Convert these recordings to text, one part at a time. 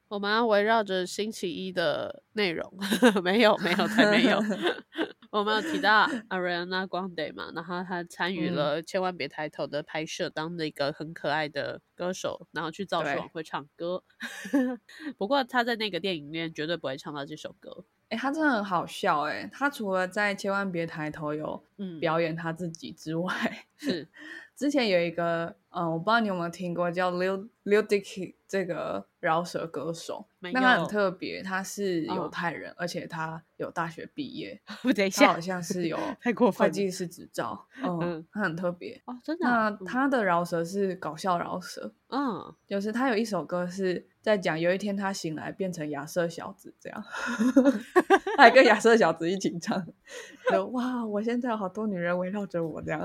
我们要围绕着星期一的内容没有才没有我们有提到 Ariana Grande 嘛，然后她参与了千万别抬头的拍摄，当了一个很可爱的歌手，然后去造势晚会唱歌不过她在那个电影里面绝对不会唱到这首歌。 他真的很好笑他除了在千万别抬头有表演他自己之外是之前有一个我不知道你有没有听过叫 Lil Dicky 这个饶舌歌手，那他很特别，他是犹太人而且他有大学毕业等一下他好像是有会计师执照他很特别真的那他的饶舌是搞笑饶舌就是他有一首歌是在讲有一天他醒来变成亚瑟小子这样他还跟亚瑟小子一起唱就哇我现在有好多女人围绕着我这样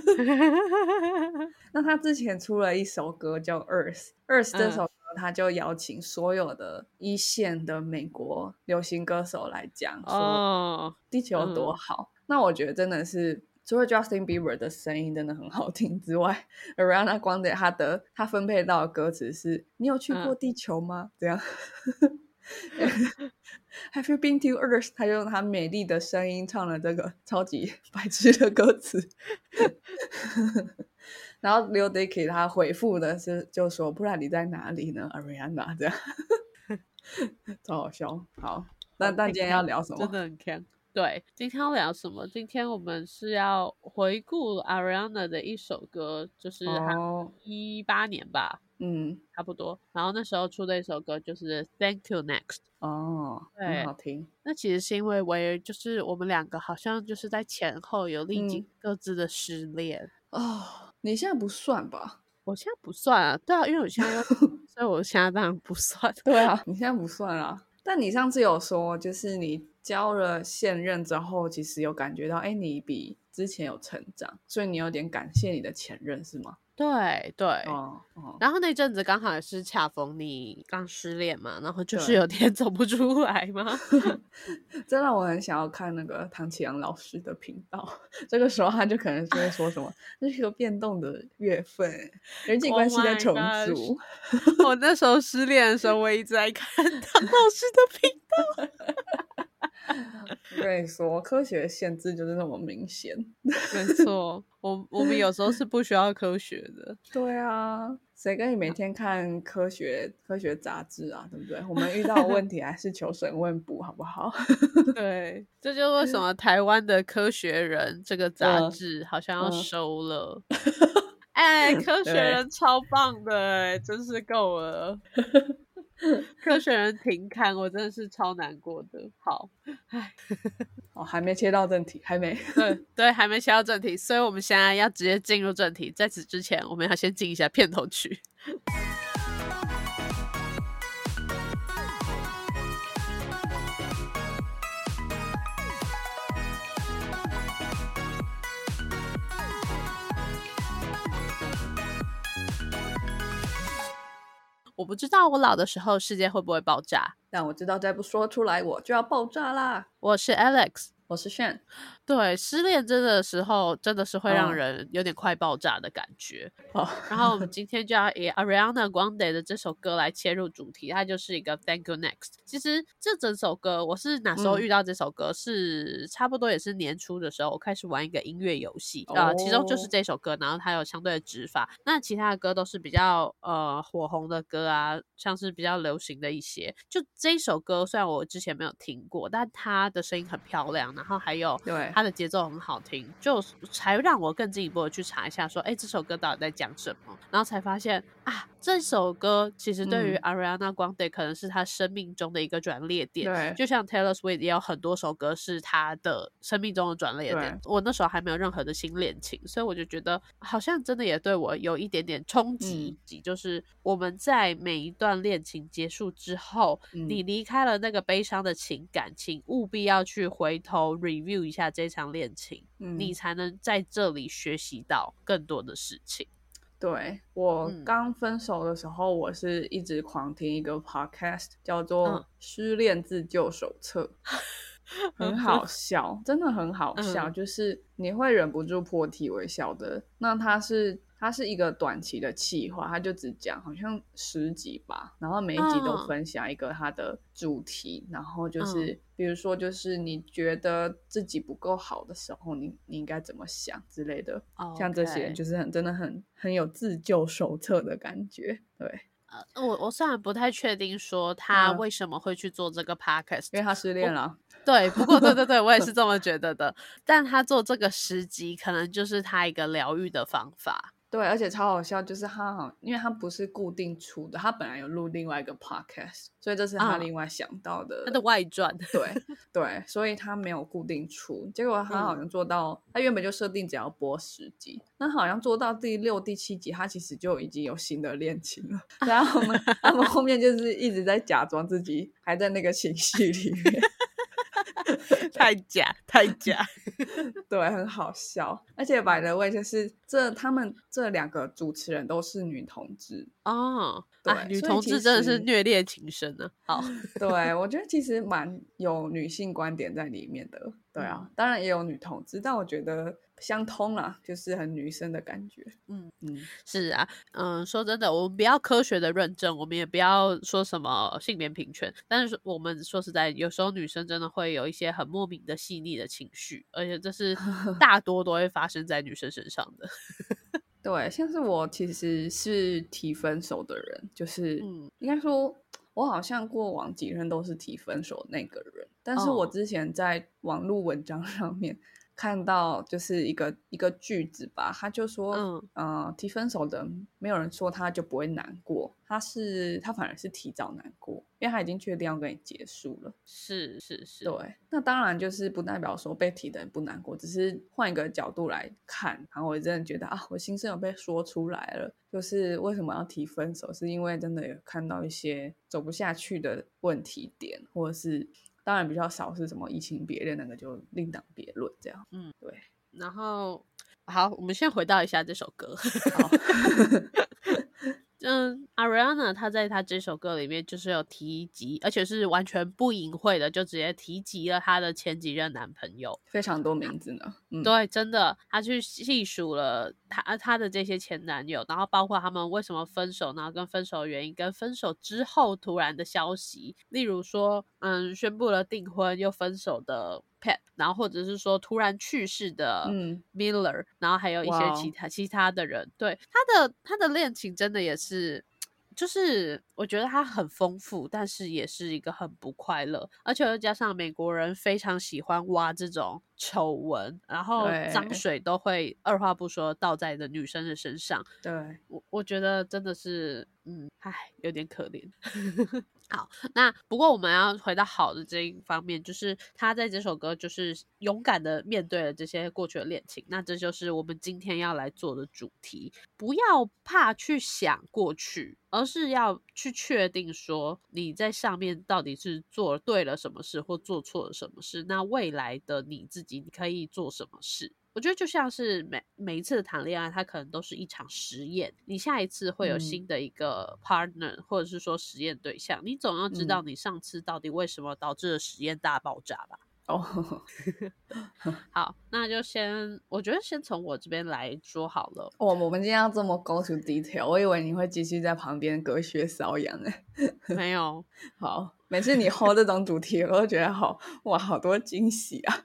那他之前出了一首歌叫 Earth 这首歌他就邀请所有的一线的美国流行歌手来讲说地球有多好那我觉得真的是除了 Justin Bieber 的声音真的很好听之外 Ariana Grande 他分配到的歌词是你有去过地球吗这样Have you been to Earth 他就用他美丽的声音唱了这个超级白痴的歌词然后 Lil Dicky 他回复的是就说不然你在哪里呢 Ariana 这样超好笑好那今天要聊什么真的很强对今天要聊什么今天我们是要回顾 Ariana 的一首歌就是2018年吧差不多然后那时候出的一首歌就是 Thank You Next 很好听那其实是因为就是我们两个好像就是在前后有历经各自的失恋你现在不算吧我现在不算啊对啊因为我现在所以我现在当然不算对啊你现在不算啦但你上次有说就是你交了现任之后其实有感觉到你比之前有成长所以你有点感谢你的前任是吗对对然后那阵子刚好也是恰逢你刚失恋嘛然后就是有点走不出来嘛这让我很想要看那个唐启阳老师的频道这个时候他就可能就会说什么这是个变动的月份人际关系在重组我那时候失恋的时候我一直在看唐老师的频道我跟你说科学限制就是那么明显没错我们有时候是不需要科学的对啊谁跟你每天看科学杂志啊对不对我们遇到问题还是求神问卜好不好对这就是为什么台湾的科学人这个杂志好像要收了科学人超棒的真是够了科学人停刊我真的是超难过的好还没切到正题还没对还没切到正题所以我们现在要直接进入正题在此之前我们要先进一下片头曲我不知道我老的时候世界会不会爆炸但我知道再不说出来我就要爆炸啦我是 Alex 我是 Shen 对失恋真的时候真的是会让人有点快爆炸的感觉然后我们今天就要以 Ariana Grande 的这首歌来切入主题它就是一个 Thank You Next 其实这整首歌我是哪时候遇到这首歌是差不多也是年初的时候我开始玩一个音乐游戏其中就是这首歌然后它有相对的指法那其他的歌都是比较火红的歌啊像是比较流行的一些就这一首歌虽然我之前没有听过但它的声音很漂亮然后还有它的节奏很好听就才让我更进一步的去查一下说这首歌到底在讲什么然后才发现这首歌其实对于 Ariana Grande 可能是他生命中的一个转捩点就像 Taylor Swift 也有很多首歌是他的生命中的转捩点我那时候还没有任何的新恋情所以我就觉得好像真的也对我有一点点冲击就是我们在每一段恋情结束之后你离开了那个悲伤的情感请务必要去回头 review 一下这场恋情你才能在这里学习到更多的事情对我刚分手的时候我是一直狂听一个 podcast 叫做失恋自救手册很好笑真的很好笑就是你会忍不住破涕为笑的那他它是一个短期的企划，它就只讲好像10集吧，然后每一集都分享一个它的主题，然后就是比如说就是你觉得自己不够好的时候，你应该怎么想之类的，像这些就是真的很有自救手册的感觉。对， 我虽然不太确定说他为什么会去做这个 podcast， 因为他失恋了。 对，不过对，我也是这么觉得的。但他做这个10集，可能就是他一个疗愈的方法。 对，而且超好笑，就是他因为他不是固定出的，他本来有录另外一个 podcast， 所以这是他另外想到的， 他的外传。 对，所以他没有固定出，结果他好像做到，他原本就设定只要播10集，那好像做到第6、第7集，他其实就已经有新的恋情了，然后他们后面就是一直在假装自己还在那个情绪里面。 太假对，很好笑。而且by the way，就是他们这2个主持人都是女同志哦。 对， 女同志真的是虐恋情深呢。好， 对，我觉得其实蛮有女性观点在里面的。对啊，当然也有女同志，但我觉得相通啦，就是很女生的感觉。 是啊，说真的，我们不要科学的认证，我们也不要说什么性别平权，但是我们说实在，有时候女生真的会有一些很莫名的细腻的情绪，而且这是大多都会发生在女生身上的。 对，像是我其实是提分手的人，就是应该说我好像过往几任都是提分手的那个人，但是我之前在网络文章上面看到就是一个句子吧，他就说提分手的没有人说他就不会难过，他反而是提早难过，因为他已经确定要跟你结束了。 是对，那当然就是不代表说被提的人不难过，只是换一个角度来看，然后我真的觉得我心声有被说出来了，就是为什么要提分手，是因为真的有看到一些走不下去的问题点，或者是当然比较少是什么移情别恋，那个就另当别论这样。对。 然后好，我们先回到一下这首歌。 好。 Ariana 她在她这首歌里面就是有提及，而且是完全不隐晦的，就直接提及了她的前几任男朋友， 非常多名字呢。 对，真的，她去细数了她的这些前男友，然后包括他们为什么分手，然后跟分手的原因，跟分手之后突然的消息，例如说宣布了订婚又分手的Pep， 然后或者是说突然去世的Miller，然后还有一些其他的人。对，他的恋情真的也是，就是我觉得他很丰富，但是也是一个很不快乐，而且又加上美国人非常喜欢挖这种丑闻，然后脏水都会二话不说倒在的女生的身上。 对， 我觉得真的是有点可怜。好，那不过我们要回到好的这一方面，就是他在这首歌就是勇敢的面对了这些过去的恋情，那这就是我们今天要来做的主题。不要怕去想过去，而是要去确定说你在上面到底是做对了什么事或做错了什么事，那未来的你自己你可以做什么事。我觉得就像是每一次的谈恋爱，它可能都是一场实验，你下一次会有新的一个 partner，或者是说实验对象，你总要知道你上次到底为什么导致了实验大爆炸吧。好，那就我觉得先从我这边来说好了。 我们今天要这么 go to detail， 我以为你会继续在旁边隔靴搔痒。 没有。 好，每次你 hold 这种主题，我都觉得好多惊喜啊。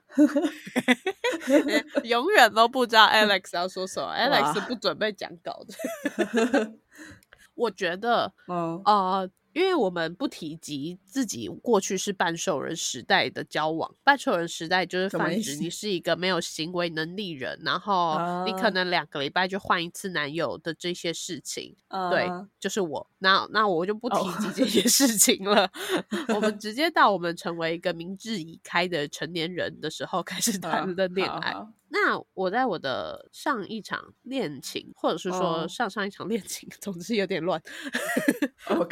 永远都不知道 Alex 要说什么。Alex 不准备讲稿的。我觉得因为我们不提及自己过去是半兽人时代的交往，半兽人时代就是泛指你是一个没有行为能力人，然后你可能2个礼拜就换一次男友的这些事情。对，就是我。那我就不提及这些事情了。我们直接到我们成为一个明智已开的成年人的时候开始谈的恋爱。那我在我的上一场恋情，或者是说上一场恋情，总之有点乱。 OK，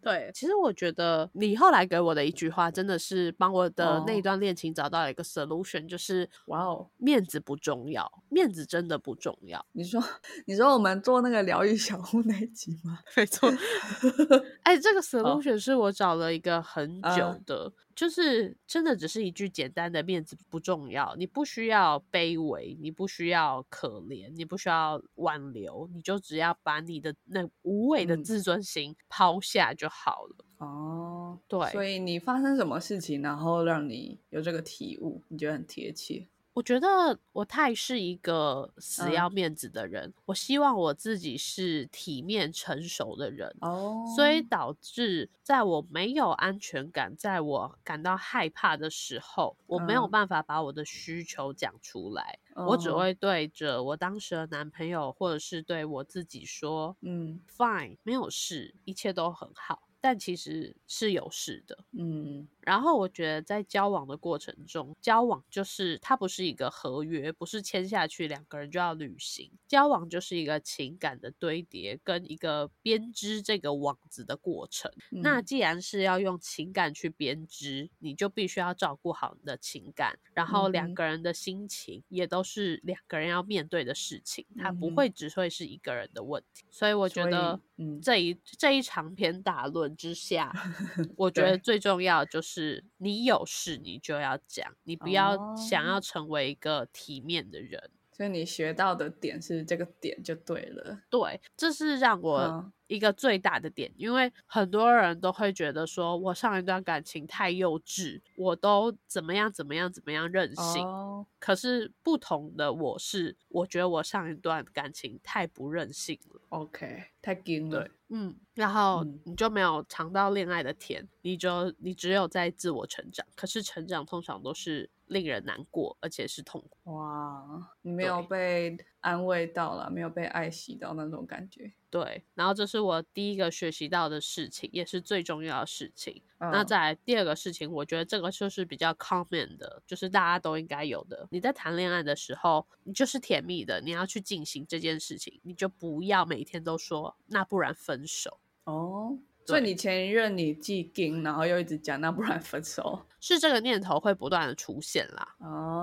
对，其实我觉得你后来给我的一句话真的是帮我的那一段恋情找到了一个 solution，就是哇哦， 面子不重要，面子真的不重要。 你说我们做那个疗愈小屋那一集吗？ 没错。哎，这个 solution 是我找了一个很久的，就是真的只是一句简单的面子不重要，你不需要卑微，你不需要可怜，你不需要挽留，你就只要把你的那无谓的自尊心抛下就好了。 哦， 对， 所以你发生什么事情，然后让你有这个体悟，你觉得很贴切？ 我觉得我太是一个死要面子的人，我希望我自己是体面成熟的人，所以导致在我没有安全感，在我感到害怕的时候，我没有办法把我的需求讲出来，我只会对着我当时的男朋友或者是对我自己说fine， 没有事，一切都很好，但其实是有事的。然后我觉得在交往的过程中，交往就是它不是一个合约，不是签下去两个人就要履行，交往就是一个情感的堆叠跟一个编织这个网子的过程。那既然是要用情感去编织，你就必须要照顾好你的情感，然后两个人的心情也都是两个人要面对的事情，它不会只会是一个人的问题。所以我觉得这一长篇大论之下，我觉得最重要就是你有事你就要讲，你不要想要成为一个体面的人。 所以你学到的点是这个点就对了。 对，这是让我一个最大的点，因为很多人都会觉得说我上一段感情太幼稚，我都怎么样怎么样怎么样任性。可是不同的我是，我觉得我上一段感情太不任性了。 OK， 太硬了。 然后你就没有尝到恋爱的甜，你只有在自我成长，可是成长通常都是令人难过，而且是痛苦。 哇，你没有被安慰到啦，没有被爱惜到那种感觉。 对，然后这是我第一个学习到的事情，也是最重要的事情。那再来第二个事情，我觉得这个就是比较 common 的，就是大家都应该有的。你在谈恋爱的时候，你就是甜蜜的，你要去进行这件事情，你就不要每天都说那不然分手。 所以你前一任你既硬，然后又一直讲那不然分手， 是这个念头会不断的出现啦。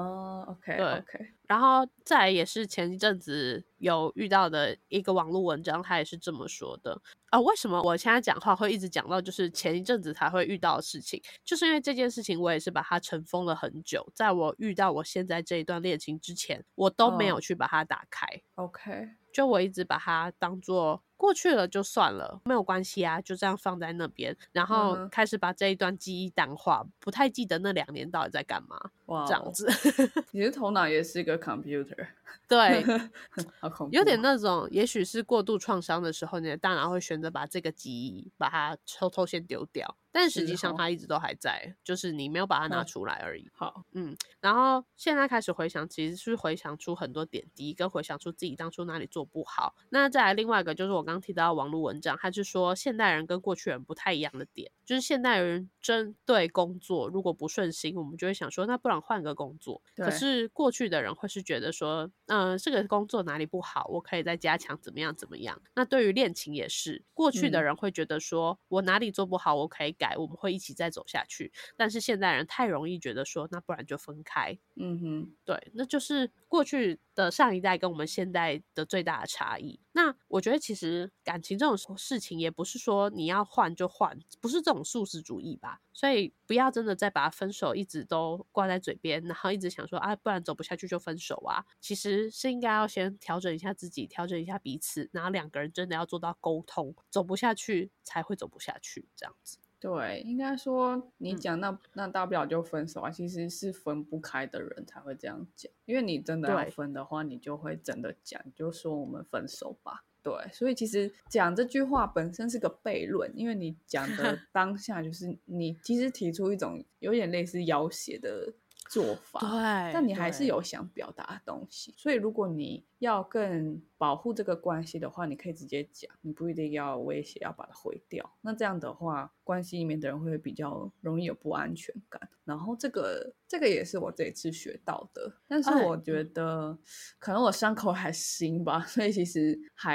OK， 对 OK。 然后再来也是前一阵子有遇到的一个网络文章，他也是这么说的为什么我现在讲话会一直讲到就是前一阵子才会遇到的事情，就是因为这件事情我也是把它尘封了很久，在我遇到我现在这一段恋情之前，我都没有去把它打开。 OK， 就我一直把它当作过去了就算了，没有关系啊，就这样放在那边，然后开始把这一段记忆淡化，不太记得那2年到底在干嘛。这样子。 你的头脑也是一个 computer。 对， 好恐怖， 有点那种也许是过度创伤的时候，你的大脑会选择把这个记忆把它偷偷先丢掉，但实际上它一直都还在，就是你没有把它拿出来而已。 好， 然后现在开始回想，其实是回想出很多点滴，跟回想出自己当初哪里做不好。那再来另外一个就是我刚刚提到的网络文章，他是说现代人跟过去人不太一样的点，就是现代人针对工作如果不顺心，我们就会想说那不然换个工作。可是过去的人会是觉得说这个工作哪里不好，我可以再加强怎么样怎么样。那对于恋情也是，过去的人会觉得说我哪里做不好我可以改，我们会一起再走下去。但是现代人太容易觉得说那不然就分开。对，那就是过去的上一代跟我们现代的最大的差异。那我觉得其实感情这种事情也不是说你要换就换，不是这种速食主义吧，所以不要真的再把分手一直都挂在嘴边，然后一直想说不然走不下去就分手啊。其实是应该要先调整一下自己，调整一下彼此，然后两个人真的要做到沟通，走不下去才会走不下去这样子。 对，应该说你讲那大不了就分手啊，其实是分不开的人才会这样讲，因为你真的要分的话，你就会真的讲，就说我们分手吧。对，所以其实讲这句话本身是个悖论，因为你讲的当下就是你其实提出一种有点类似要挟的做法，但你还是有想表达的东西。所以如果你要更保护这个关系的话，你可以直接讲，你不一定要威胁要把它毁掉。那这样的话，关系里面的人会比较容易有不安全感。然后这个也是我这一次学到的，但是我觉得可能我伤口还行吧，所以其实还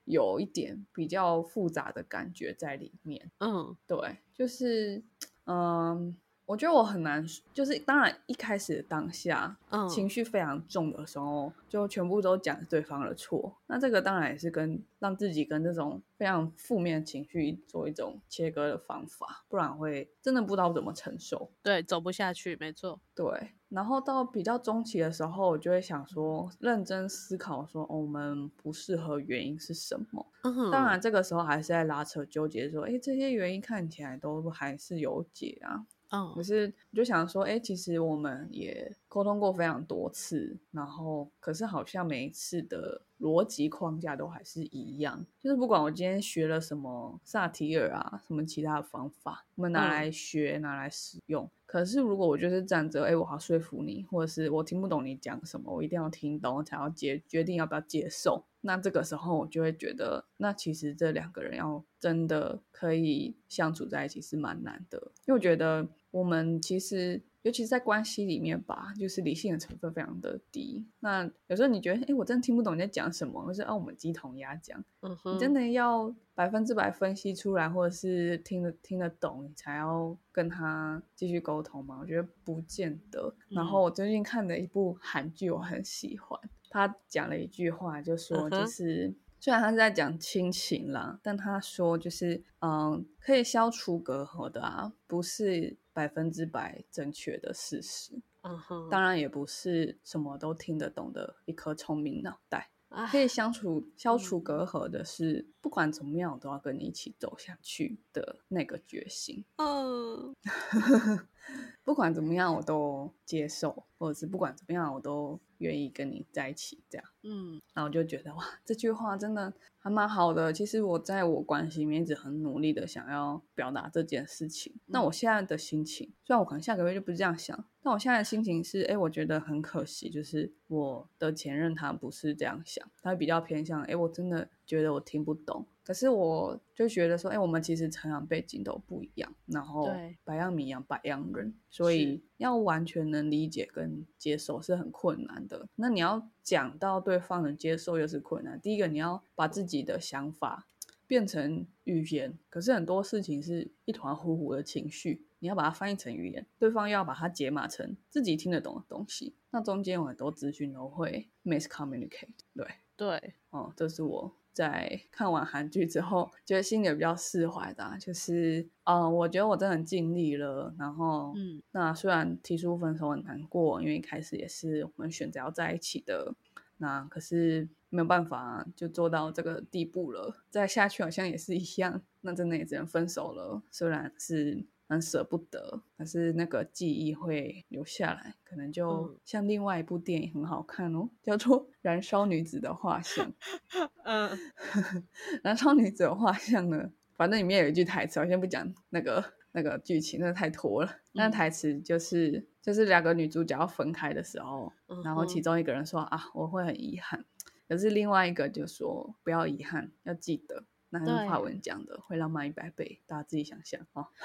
有一点比较复杂的感觉在里面。对，就是我觉得我很难，就是当然一开始的当下，情绪非常重的时候，就全部都讲对方的错。那这个当然也是让自己跟这种非常负面的情绪做一种切割的方法，不然会真的不知道怎么承受。 对，走不下去，没错。 对，然后到比较中期的时候，我就会想说，认真思考说，我们不适合原因是什么？当然这个时候还是在拉扯纠结，说，这些原因看起来都还是有解啊。可是我就想说，其实我们也沟通过非常多次，然后可是好像每一次的逻辑框架都还是一样，就是不管我今天学了什么萨提尔啊，什么其他的方法，我们拿来学，拿来使用。可是如果我就是站着，我好说服你，或者是我听不懂你讲什么，我一定要听懂才要决定要不要接受。那这个时候我就会觉得，那其实这两个人要真的可以相处在一起是蛮难的，因为我觉得我们其实尤其是在关系里面吧，就是理性的成分非常的低。那有时候你觉得，我真的听不懂你在讲什么，或是我们鸡同鸭讲，你真的要100%分析出来，或者是听得懂，你才要跟他继续沟通吗？我觉得不见得。然后我最近看的一部韩剧，我很喜欢。他讲了一句话，就说就是虽然他是在讲亲情啦，但他说就是可以消除隔阂的啊，不是100%正确的事实。当然也不是什么都听得懂的一颗聪明脑袋。可以消除隔阂的是，不管怎么样，我都要跟你一起走下去的那个决心。不管怎么样，我都接受，或者是不管怎么样，我都愿意跟你在一起，这样。然后我就觉得哇，这句话真的还蛮好的。其实我在我关系里面一直很努力的想要表达这件事情。那我现在的心情，虽然我可能下个月就不是这样想，但我现在的心情是，我觉得很可惜，就是我的前任他不是这样想，他会比较偏向，我真的觉得我听不懂。可是我就觉得说，我们其实成长背景都不一样，然后百样米养百样人，所以要完全能理解跟接受是很困难的。那你要讲到对方能接受又是困难。第一个，你要把自己的想法变成语言，可是很多事情是一团糊糊的情绪，你要把它翻译成语言，对方又要把它解码成自己听得懂的东西，那中间有很多资讯都会 miscommunicate。对，这是我在看完韩剧之后觉得心里比较释怀的就是我觉得我真的很尽力了，然后那虽然提出分手很难过，因为一开始也是我们选择要在一起的，那可是没有办法就做到这个地步了，再下去好像也是一样，那真的也只能分手了。虽然是很舍不得，可是那个记忆会留下来，可能就像另外一部电影很好看叫做《燃烧女子的画像》。燃烧女子的画像呢，反正里面有一句台词，我先不讲那个剧情，那太拖了。那台词就是两个女主角要分开的时候，然后其中一个人说我会很遗憾，可是另外一个就说不要遗憾，要记得。那用法文讲的会浪漫100倍，大家自己想象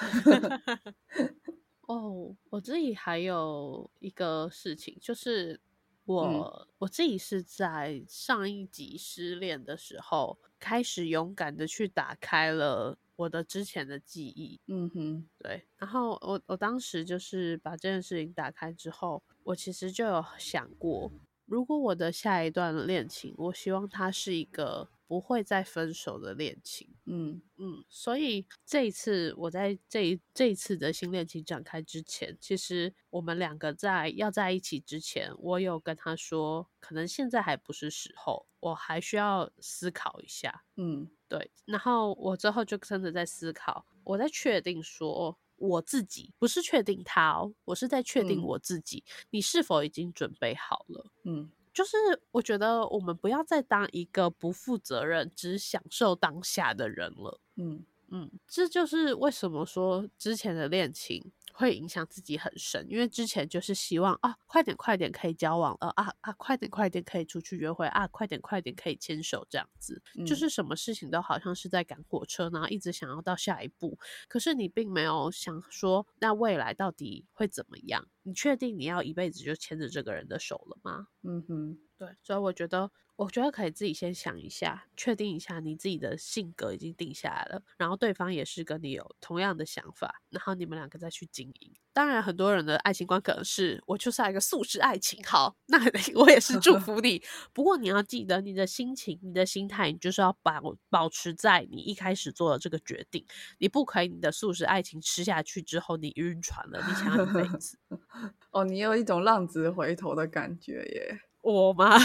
我自己还有一个事情，就是我自己是在上一集失恋的时候，开始勇敢的去打开了我的之前的记忆。对。然后我当时就是把这件事情打开之后，我其实就有想过，如果我的下一段恋情，我希望它是一个不会再分手的恋情。所以这一次我在这一次的新恋情展开之前，其实我们两个要在一起之前，我有跟他说，可能现在还不是时候，我还需要思考一下。对。然后我之后就真的在思考，我在确定说我自己，不是确定他我是在确定我自己，你是否已经准备好了。就是我觉得我们不要再当一个不负责任只享受当下的人了。这就是为什么说之前的恋情会影响自己很深，因为之前就是希望快点可以交往了快点可以出去约会快点可以牵手，这样子就是什么事情都好像是在赶火车，然后一直想要到下一步，可是你并没有想说那未来到底会怎么样，你确定你要一辈子就牵着这个人的手了吗？ 对，所以我觉得可以自己先想一下，确定一下你自己的性格已经定下来了，然后对方也是跟你有同样的想法，然后你们两个再去经营。当然很多人的爱情观可能是我就是要一个速食爱情，好，那我也是祝福你。不过你要记得你的心情你的心态，你就是要保持在你一开始做的这个决定，你不可以你的速食爱情吃下去之后你晕船了，你想要一辈子。 哦，你有一种浪子回头的感觉耶。 我吗？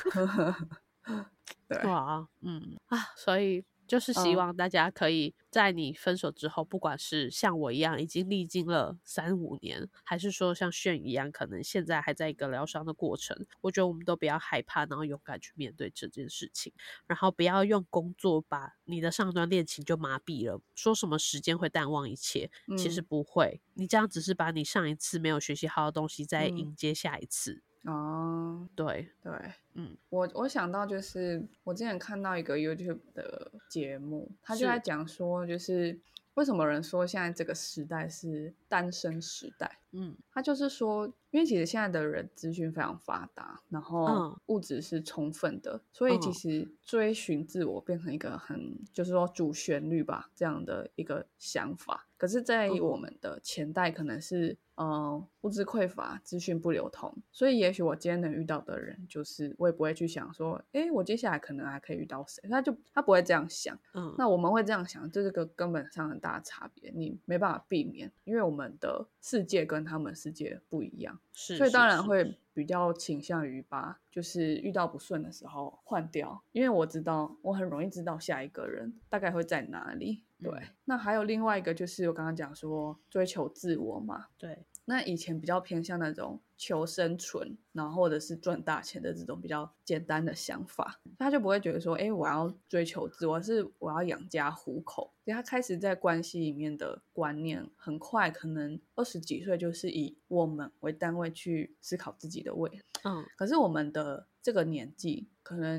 对啊，所以就是希望大家可以在你分手之后，不管是像我一样已经历经了3-5年，还是说像炫一样可能现在还在一个疗伤的过程，我觉得我们都不要害怕，然后勇敢去面对这件事情，然后不要用工作把你的上段恋情就麻痹了，说什么时间会淡忘一切，其实不会，你这样只是把你上一次没有学习好的东西再迎接下一次。对， 我想到就是我之前看到一个 YouTube 的节目，他就在讲说，就是为什么人说现在这个时代是单身时代。他就是说，因为其实现在的人资讯非常发达，然后物质是充分的，所以其实追寻自我变成一个很就是说主旋律吧这样的一个想法。可是在我们的前代可能是物质匮乏，资讯不流通，所以也许我今天能遇到的人，就是我也不会去想说，我接下来可能还可以遇到谁，他不会这样想。那我们会这样想，这是个根本上很大的差别，你没办法避免，因为我们的世界跟他们世界不一样，所以当然会比较倾向于把就是遇到不顺的时候换掉，因为我知道我很容易知道下一个人大概会在哪里。对，那还有另外一个就是我刚刚讲说追求自我嘛， 对， 那以前比较偏向那种求生存，然后或者是赚大钱的这种比较简单的想法，他就不会觉得说我要追求自我，是我要养家糊口。所以他开始在关系里面的观念很快可能20几岁就是以我们为单位去思考自己的未来。可是我们的这个年纪可能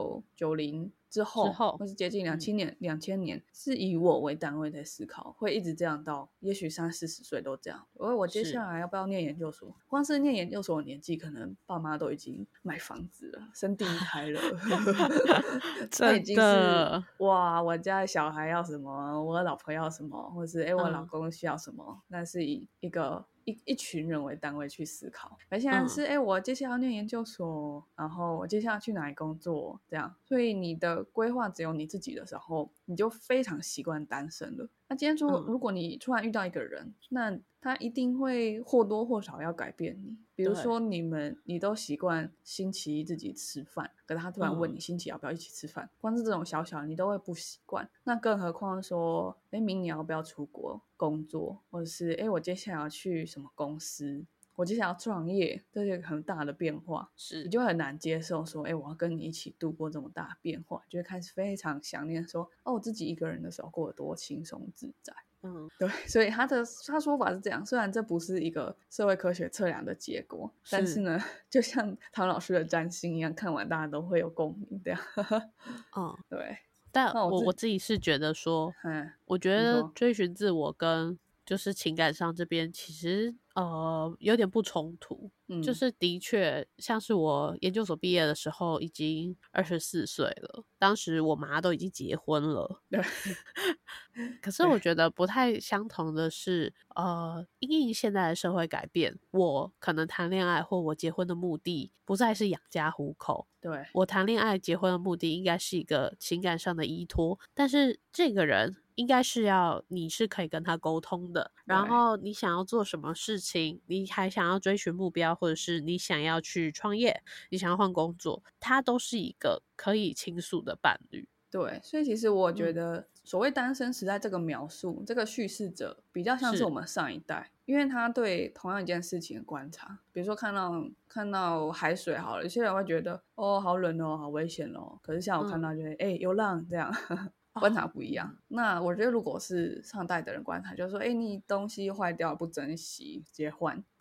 1990之后或是接近2000年是以我为单位在思考，会一直这样到也许30-40岁都这样。我接下来要不要念研究所，光是念研究所的年纪可能爸妈都已经买房子了，生第一胎了那已经是哇我家的小孩要什么，我老婆要什么，或是我老公需要什么，那是以一群人为单位去思考。而现在是我接下来要念研究所，然后我接下来去哪里工作这样，所以你的规划只有你自己的时候，你就非常习惯单身了。那今天如果你突然遇到一个人，那他一定会或多或少要改变你。比如说你都习惯星期一自己吃饭，可是他突然问你星期要不要一起吃饭，光是这种小小的你都会不习惯，那更何况说明年要不要出国工作，或者是我接下来要去什么公司，我接下来要创业，这是一个很大的变化，你就很难接受说我要跟你一起度过这么大的变化，就会开始非常想念说我自己一个人的时候过得多轻松自在。对，所以他说法是这样，虽然这不是一个社会科学测量的结果，但是呢就像唐老师的占星一样，看完大家都会有共鸣这样对， 但我自己是觉得说我觉得追寻自我跟就是情感上这边其实有点不冲突。就是的确像是我研究所毕业的时候已经24岁了，当时我妈都已经结婚了可是我觉得不太相同的是因应现在的社会改变，我可能谈恋爱或我结婚的目的不再是养家糊口，对，我谈恋爱结婚的目的应该是一个情感上的依托，但是这个人应该是你是可以跟他沟通的，然后你想要做什么事情，你还想要追寻目标，或者是你想要去创业，你想要换工作，他都是一个可以倾诉的伴侣。 对，所以其实我觉得所谓单身时代这个描述，这个叙事者比较像是我们上一代，因为他对同样一件事情的观察，比如说看到海水好了，有些人会觉得好冷哦，好危险哦，可是像我看到就是有浪这样观察不一样。那我觉得如果是上代的人观察，就是说你东西坏掉不珍惜直接换，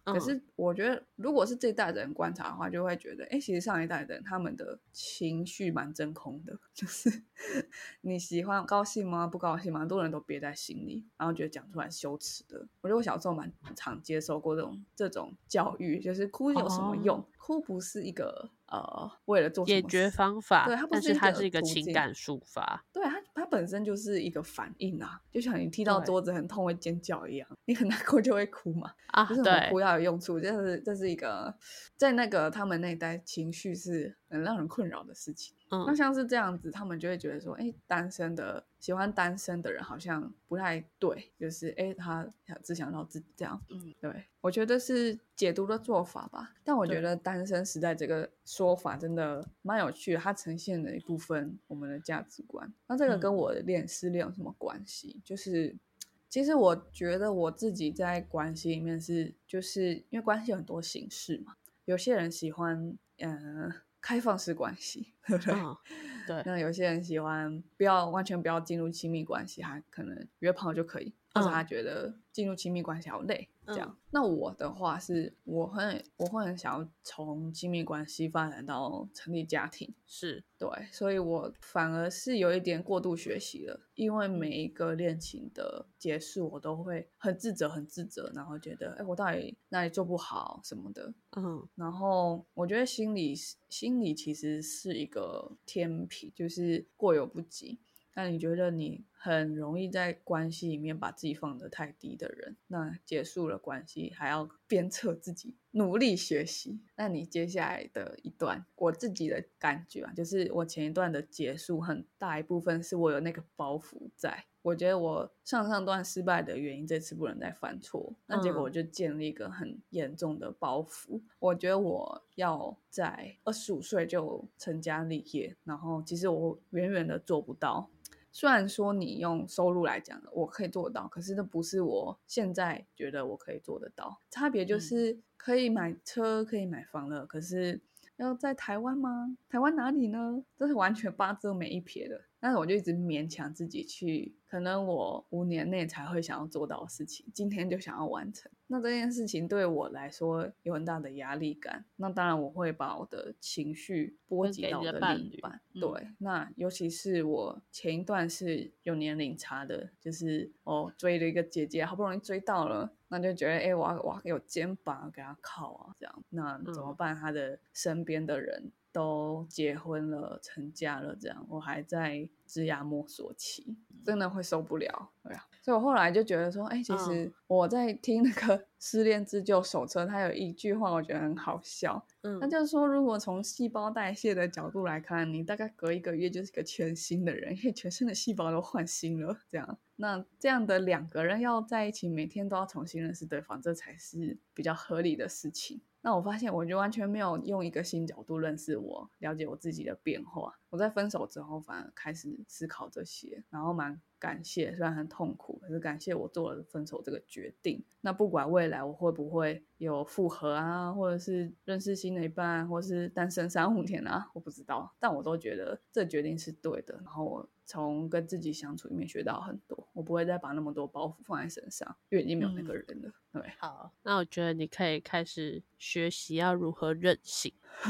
可是我觉得如果是这一代的人观察的话，就会觉得其实上一代的人他们的情绪蛮真空的，就是你喜欢高兴吗不高兴吗，很多人都憋在心里，然后觉得讲出来羞耻的。我觉得我小时候蛮常接受过这种教育，就是哭有什么用，哭不是一个为了做什么解决方法， 对，它不但是它是一个途径情感抒发， 对，它本身就是一个反应啊，就像你踢到桌子很痛会尖叫一样，你很难过就会哭嘛。就是我们哭要有用处，这是一个在那个他们那一代情绪是很让人困扰的事情。那像是这样子，他们就会觉得说，喜欢单身的人好像不太对，就是他只想到自己这样。对，我觉得是解读的做法吧。但我觉得单身时代这个说法真的蛮有趣的，它呈现了一部分我们的价值观。那这个跟我的失恋有什么关系？就是其实我觉得我自己在关系里面就是因为关系有很多形式嘛，有些人喜欢开放式关系，对不对？ 对。 那有些人喜欢完全不要进入亲密关系，他可能约炮就可以，或者他觉得进入亲密关系好累，这样。那我的话是我会很想要从亲密关系发展到成立家庭， 是对，所以我反而是有一点过度学习了，因为每一个恋情的结束我都会很自责，然后觉得我到底哪里做不好什么的。然后我觉得心理其实是一个天平，就是过犹不及。那你觉得你很容易在关系里面把自己放得太低的人，那结束了关系还要鞭策自己努力学习，那你接下来的一段，我自己的感觉就是我前一段的结束很大一部分是我有那个包袱在，我觉得我上段失败的原因这次不能再犯错，那结果我就建立一个很严重的包袱。我觉得我要在25岁就成家立业，然后其实我远远的做不到。虽然说你用收入来讲我可以做到，可是那不是我现在觉得我可以做得到。差别就是可以买车可以买房了，可是要在台湾吗？台湾哪里呢？这是完全八字没一撇的。但是我就一直勉强自己去，可能我5年内才会想要做到的事情，今天就想要完成。那这件事情对我来说有很大的压力感，那当然我会把我的情绪波及到我的另一半。对，那尤其是我前一段是有年龄差的，就是我追了一个姐姐，好不容易追到了，那就觉得我要有肩膀给他靠啊，这样那怎么办？他的身边的人都结婚了成家了，这样我还在职涯摸索期，真的会受不了。对啊，所以我后来就觉得说其实我在听那个失恋自救手册，它有一句话我觉得很好笑，他就是说如果从细胞代谢的角度来看，你大概隔1个月就是个全新的人，因为全身的细胞都换新了，这样那这样的2个人要在一起，每天都要重新认识对方，这才是比较合理的事情。那我发现我就完全没有用一个新角度认识我，了解我自己的变化。我在分手之后反而开始思考这些，然后蛮感谢，虽然很痛苦，可是感谢我做了分手这个决定。那不管未来我会不会有复合啊，或者是认识新的一半，或是单身3-5天啊，我不知道，但我都觉得这决定是对的。然后我从跟自己相处里面学到很多，我不会再把那么多包袱放在身上，因为已经没有那个人了。对， 好，那我觉得你可以开始学习要如何任性。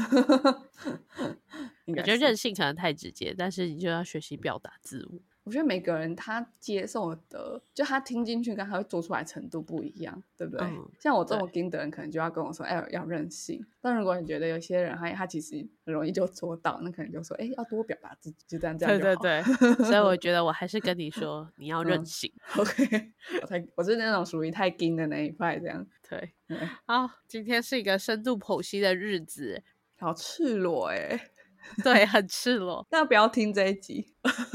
我觉得任性可能太直接，但是你就要学习表达自我。 我觉得每个人他接受的，就他听进去跟他会做出来程度不一样，对不对？像我这么硬的人可能就要跟我说要任性，但如果你觉得有些人他其实很容易就做到，那可能就说要多表达自己，就这样就好。 对，所以我觉得我还是跟你说你要任性。 OK， 我是那种属于太硬的那一派，这样。 对，好，今天是一个深度剖析的日子， 好赤裸对，很赤裸。 那不要听这一集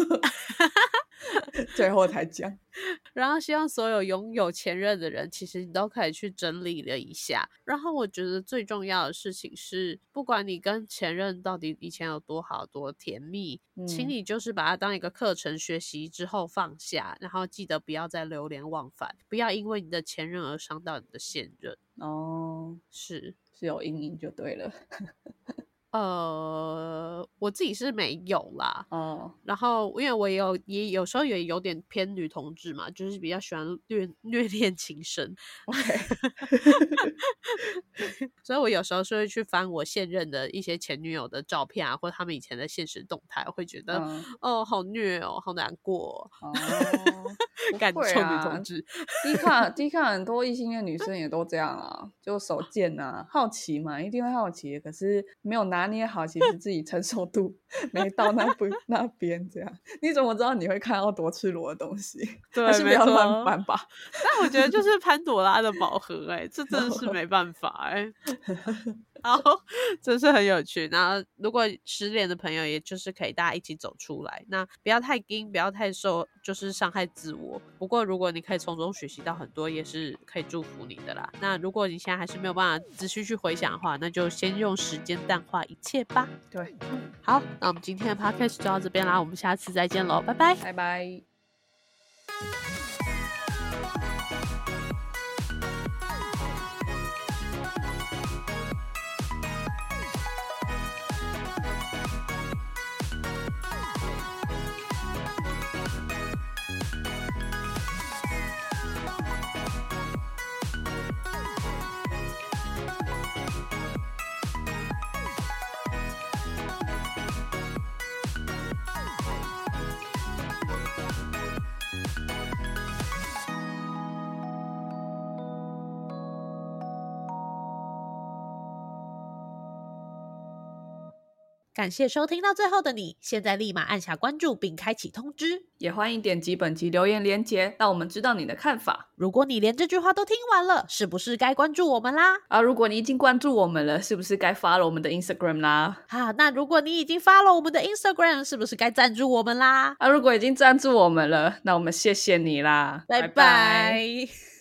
最后才讲。 然后希望所有拥有前任的人，其实你都可以去整理了一下。然后我觉得最重要的事情是，不管你跟前任到底以前有多好多甜蜜，请你就是把它当一个课程学习之后放下，然后记得不要再流连忘返，不要因为你的前任而伤到你的现任。 是有阴影就对了。 我自己是没有啦。然后因为我也有时候也有点偏女同志嘛，就是比较喜欢虐恋情深。 OK 所以我有时候是会去翻我现任的一些前女友的照片啊，或者他们以前的现实动态，我会觉得好虐哦，好难过感受女同志。 D 卡很多异性恋女生也都这样啊，就手贱啊，好奇嘛，一定会好奇，可是没有拿捏好，其实自己承受度没到那边这样。你怎么知道你会看到多赤裸的东西？ 对， 还是不要乱翻吧。 但我觉得就是潘朵拉的宝盒这真的是没办法然后真是很有趣。然后如果失恋的朋友，也就是可以大家一起走出来，那不要太硬，不要太受，就是伤害自我。不过如果你可以从中学习到很多，也是可以祝福你的啦。那如果你现在还是没有办法仔细去回想的话，那就先用时间淡化一切吧。 对， 好，那我们今天的 podcast 就到这边啦，我们下次再见咯，拜拜， 拜拜。 感谢收听到最后的你，现在立马按下关注并开启通知， 也欢迎点击本集留言连结，让我们知道你的看法。 如果你连这句话都听完了，是不是该关注我们啦？ 如果你已经关注我们了，是不是该 follow 我们的 Instagram 啦？ 那如果你已经 follow 我们的 Instagram， 是不是该赞助我们啦？ 如果已经赞助我们了，那我们谢谢你啦， 拜拜。